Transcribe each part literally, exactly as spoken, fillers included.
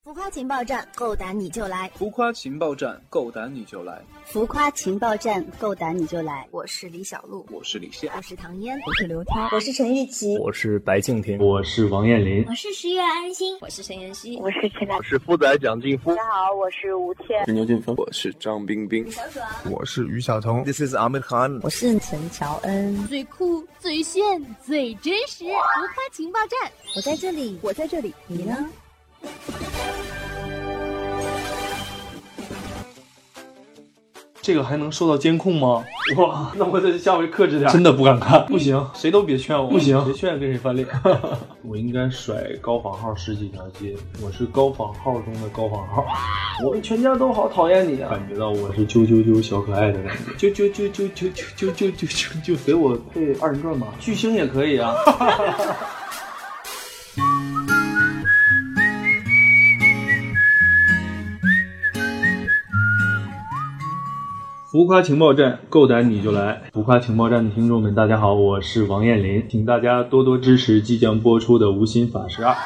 浮夸情报站，够胆你就来！ 浮夸情报站，够胆你就来！ 浮夸情报站，够胆你就来！我是李小璐， 我是李现， 我是唐嫣， 我是刘涛， 我是陈玉琪， 我是白敬亭， 我是王彦霖， 我是十月安心， 我是陈妍希， 我是陈我是富仔蒋劲夫。 大家好，我是吴倩， 是牛俊峰， 我是张冰冰， 小爽，我是于晓彤 ，This is Amir Khan， 我是陈乔恩。 最酷、最炫、最真实，浮夸情报站， 我在这里， 我在这里， 你呢？ 这个还能受到监控吗？哇，那我得下回克制点，真的不敢看，不行，谁都别劝我，不行，谁劝跟谁翻脸。我应该甩高仿号十几条街，我是高仿号中的高仿号。我们全家都好讨厌你啊！感觉到我是啾啾啾小可爱的感觉，啾啾啾啾啾啾啾啾啾啾，给我配二人转吧，巨星也可以啊。浮夸情报站，够胆你就来！浮夸情报站的听众们，大家好，我是王彦霖，请大家多多支持即将播出的《无心法师二》。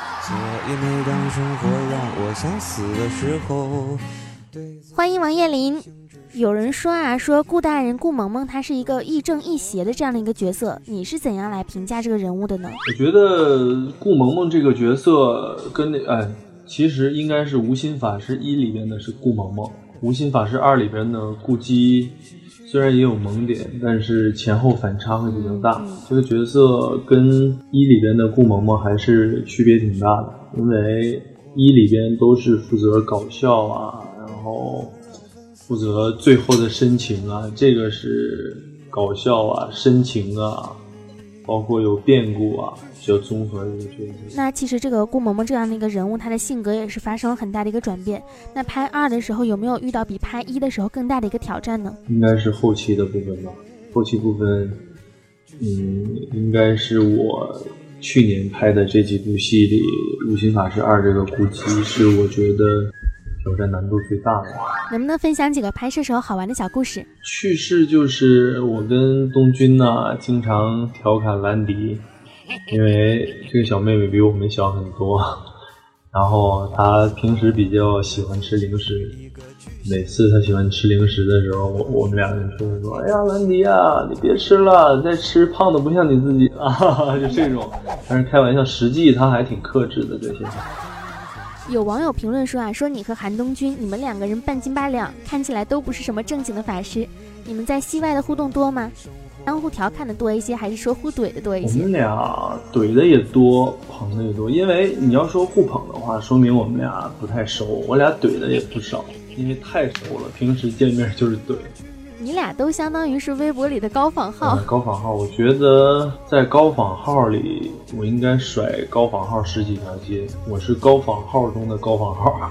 欢迎王彦霖。有人说啊，说顾大人顾萌萌她是一个亦正亦邪的这样的一个角色，你是怎样来评价这个人物的呢？ 我觉得顾萌萌这个角色跟那哎，其实应该是《无心法师一》里边的是顾萌萌。无心法师二里边的顾姬虽然也有萌点，但是前后反差会比较大，嗯、这个角色跟一里边的顾萌萌还是区别挺大的，因为一里边都是负责搞笑啊，然后负责最后的深情啊，这个是搞笑啊，深情啊，包括有变故啊，比较综合的一个角色。 那其实这个顾萌萌这样的一个人物，她的性格也是发生了很大的一个转变。那拍二的时候有没有遇到比拍一的时候更大的一个挑战呢？ 应该是后期的部分吧。后期部分，嗯，应该是我去年拍的这几部戏里，《无心法师二》这个顾姬是我觉得挑战难度最大的。 能不能分享几个拍摄时候好玩的小故事？ 趣事就是我跟东君呢、啊、经常调侃兰迪，因为这个小妹妹比我们小很多，然后她平时比较喜欢吃零食，每次她喜欢吃零食的时候，我我们俩人说说，哎呀兰迪啊，你别吃了，你再吃胖的不像你自己啊，就这种，但是开玩笑，实际她还挺克制的这些。 有网友评论说啊，说你和韩东君，你们两个人半斤八两，看起来都不是什么正经的法师。你们在戏外的互动多吗？相互调侃的多一些，还是说互怼的多一些？ 我们俩怼的也多，捧的也多。因为你要说互捧的话，说明我们俩不太熟。我俩怼的也不少，因为太熟了，平时见面就是怼。 你俩都相当于是微博里的高仿号。 嗯、高仿号，我觉得在高仿号里，我应该甩高仿号十几条街。我是高仿号中的高仿号。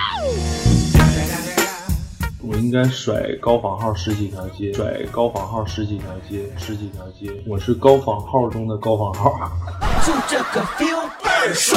我应该甩高仿号十几条街，甩高仿号十几条街，十几条街。我是高仿号中的高仿号。就这个 feel 倍儿爽，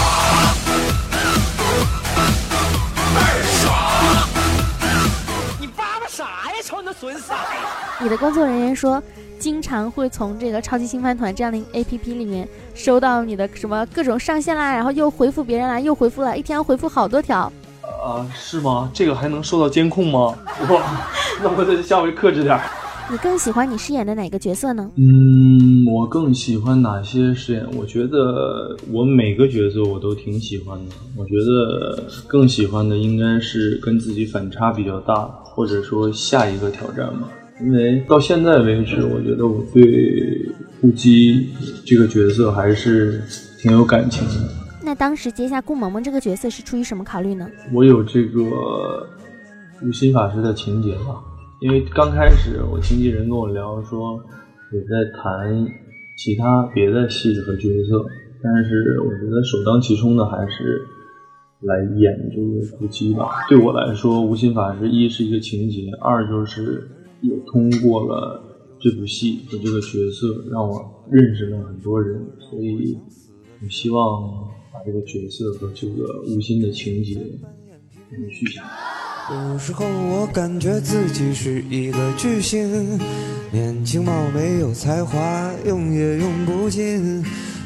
倍儿爽！你叭叭啥呀？瞅你那损色！你的工作人员说，经常会从这个超级星饭团这样的 A P P 里面收到你的什么各种上线啦，然后又回复别人啦，又回复了，一天要回复好多条。 啊，是吗？这个还能受到监控吗？哇，那我得下回克制点。 你更喜欢你饰演的哪个角色呢？ 嗯，我更喜欢哪些饰演？我觉得我每个角色我都挺喜欢的。我觉得更喜欢的应该是跟自己反差比较大，或者说下一个挑战吧。因为到现在为止，我觉得我对顾姬这个角色还是挺有感情的。 那当时接下顾萌萌这个角色是出于什么考虑呢？ 我有这个无心法师的情节吧，因为刚开始我经纪人跟我聊说有在谈其他别的戏和角色，但是我觉得首当其冲的还是来演这个顾姬吧。对我来说，无心法师一是一个情节，二就是也通过了这部戏和这个角色让我认识了很多人，所以我希望把这个角色和这个无心的情节延续下来。 有时候我感觉自己是一个巨星，年轻貌美有才华，用也用不尽，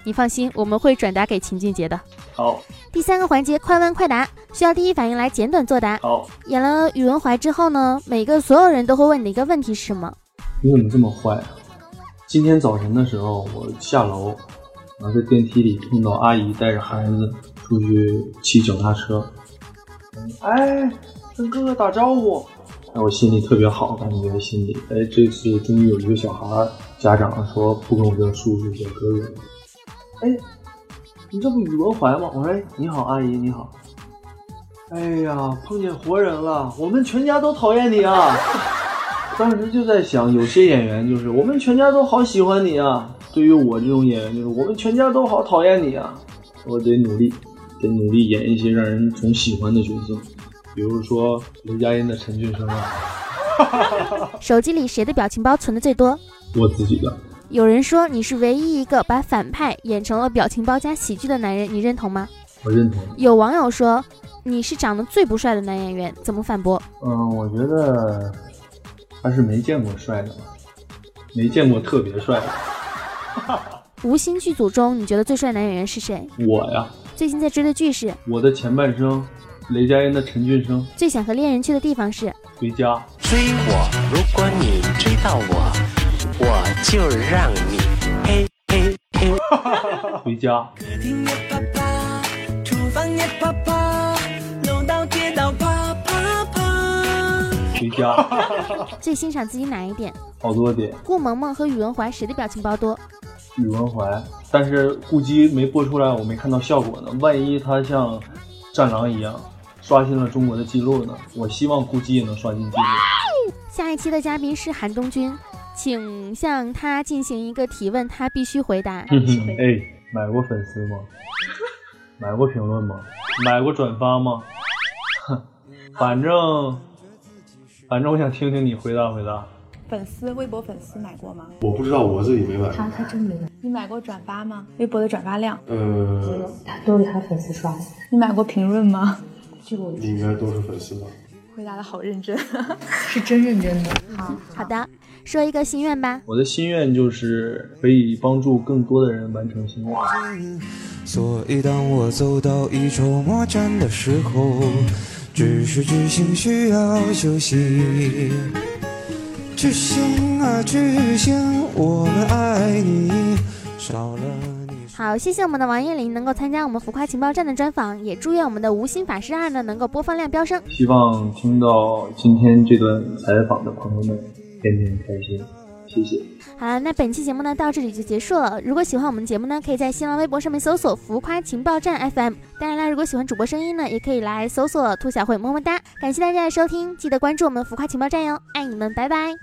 你放心，我们会转达给秦俊杰的。 好。 第三个环节，快问快答，需要第一反应来简短作答。 好。 演了宇文怀之后呢，每个所有人都会问你的一个问题是什么？ 你怎么这么坏啊？今天早晨的时候，我下楼，然后在电梯里碰到阿姨带着孩子出去骑脚踏车，哎，跟哥哥打招呼。哎，我心里特别好，感觉心里，哎，这次终于有一个小孩家长说不跟我叫叔叔叫哥哥。哎，你这不宇文怀吗？我说，哎，你好，阿姨，你好。哎呀，碰见活人了，我们全家都讨厌你啊！当时就在想，有些演员就是我们全家都好喜欢你啊，对于我这种演员就是我们全家都好讨厌你啊，我得努力，得努力演一些让人总喜欢的角色，比如说刘嘉欣的陈俊生啊。 手机里谁的表情包存的最多？ 我自己的。 有人说你是唯一一个把反派演成了表情包加喜剧的男人，你认同吗？ 我认同。 有网友说你是长得最不帅的男演员，怎么反驳？ 嗯，我觉得他是没见过帅的吧，没见过特别帅的。 无心剧组中你觉得最帅男演员是谁？ 我呀。 最近在追的剧是我的前半生，雷佳音的陈俊生。 最想和恋人去的地方是回家。 追我，如果你追到我，我就让你嘿嘿嘿。 回家。 客厅也啪啪，厨房也啪啪，楼道街道啪啪啪。 回家。 最欣赏自己哪一点？ 好多点。 顾萌萌和宇文怀谁的表情包多？ 宇文怀，但是顾姬没播出来，我没看到效果呢。万一他像战狼一样刷新了中国的记录呢？我希望顾姬也能刷新记录。 下一期的嘉宾是韩东君，请向他进行一个提问，他必须回答。 哎，买过粉丝吗？买过评论吗？买过转发吗？反正反正我想听听你回答回答。 粉丝微博粉丝买过吗？ 我不知道，我自己没买过。 他他真没买。你买过转发吗？微博的转发量？ 呃， 他都是他粉丝刷的。 你买过评论吗？ 这个我应该都是粉丝吧。 回答的好认真， 是真认真的。 好好的，说一个心愿吧。 我的心愿就是可以帮助更多的人完成心愿。 所以当我走到一筹莫展的时候，只是巨星需要休息。巨星啊巨星，我们爱你，少了你。 好，谢谢我们的王彦霖能够参加我们浮夸情报站的专访，也祝愿我们的无心法师二呢能够播放量飙升。 希望听到今天这段采访的朋友们天天开心，谢谢。 好了，那本期节目呢到这里就结束了。如果喜欢我们节目呢，可以在新浪微博上面搜索浮夸情报站 F M。当然啦，如果喜欢主播声音呢，也可以来搜索兔小慧么么哒。感谢大家的收听，记得关注我们浮夸情报站哟，爱你们，拜拜。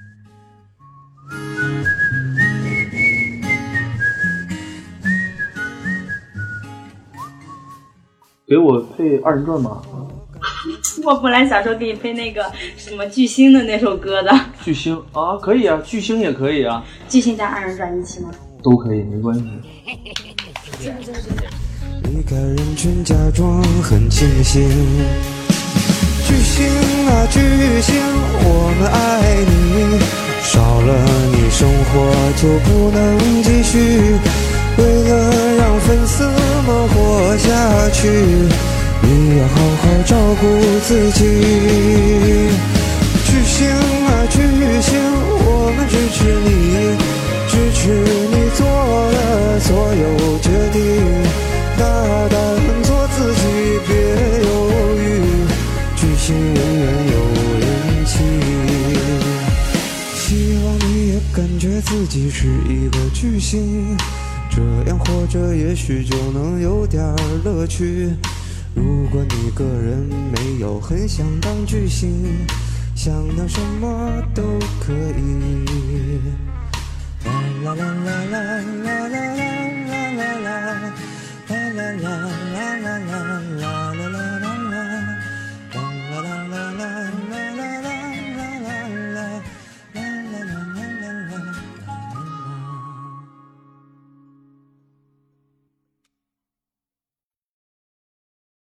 给我配二人转吧。 我本来想说给你配那个什么巨星的那首歌的。 巨星啊，可以啊，巨星也可以啊。 巨星加二人转一起吗？ 都可以，没关系。 离开人群，假装很清醒。巨星啊巨星，我们爱你，少了你生活就不能继续。为了让粉丝们活下去，你要好好照顾自己。巨星啊巨星，我们支持你，支持你做的所有决定，大胆做自己，别犹豫，巨星永远有人气。希望你也感觉自己是一个巨星，这样活着也许就能有点乐趣。如果你个人没有很想当巨星，想当什么都可以。啦啦啦啦啦啦啦啦啦啦啦啦啦啦。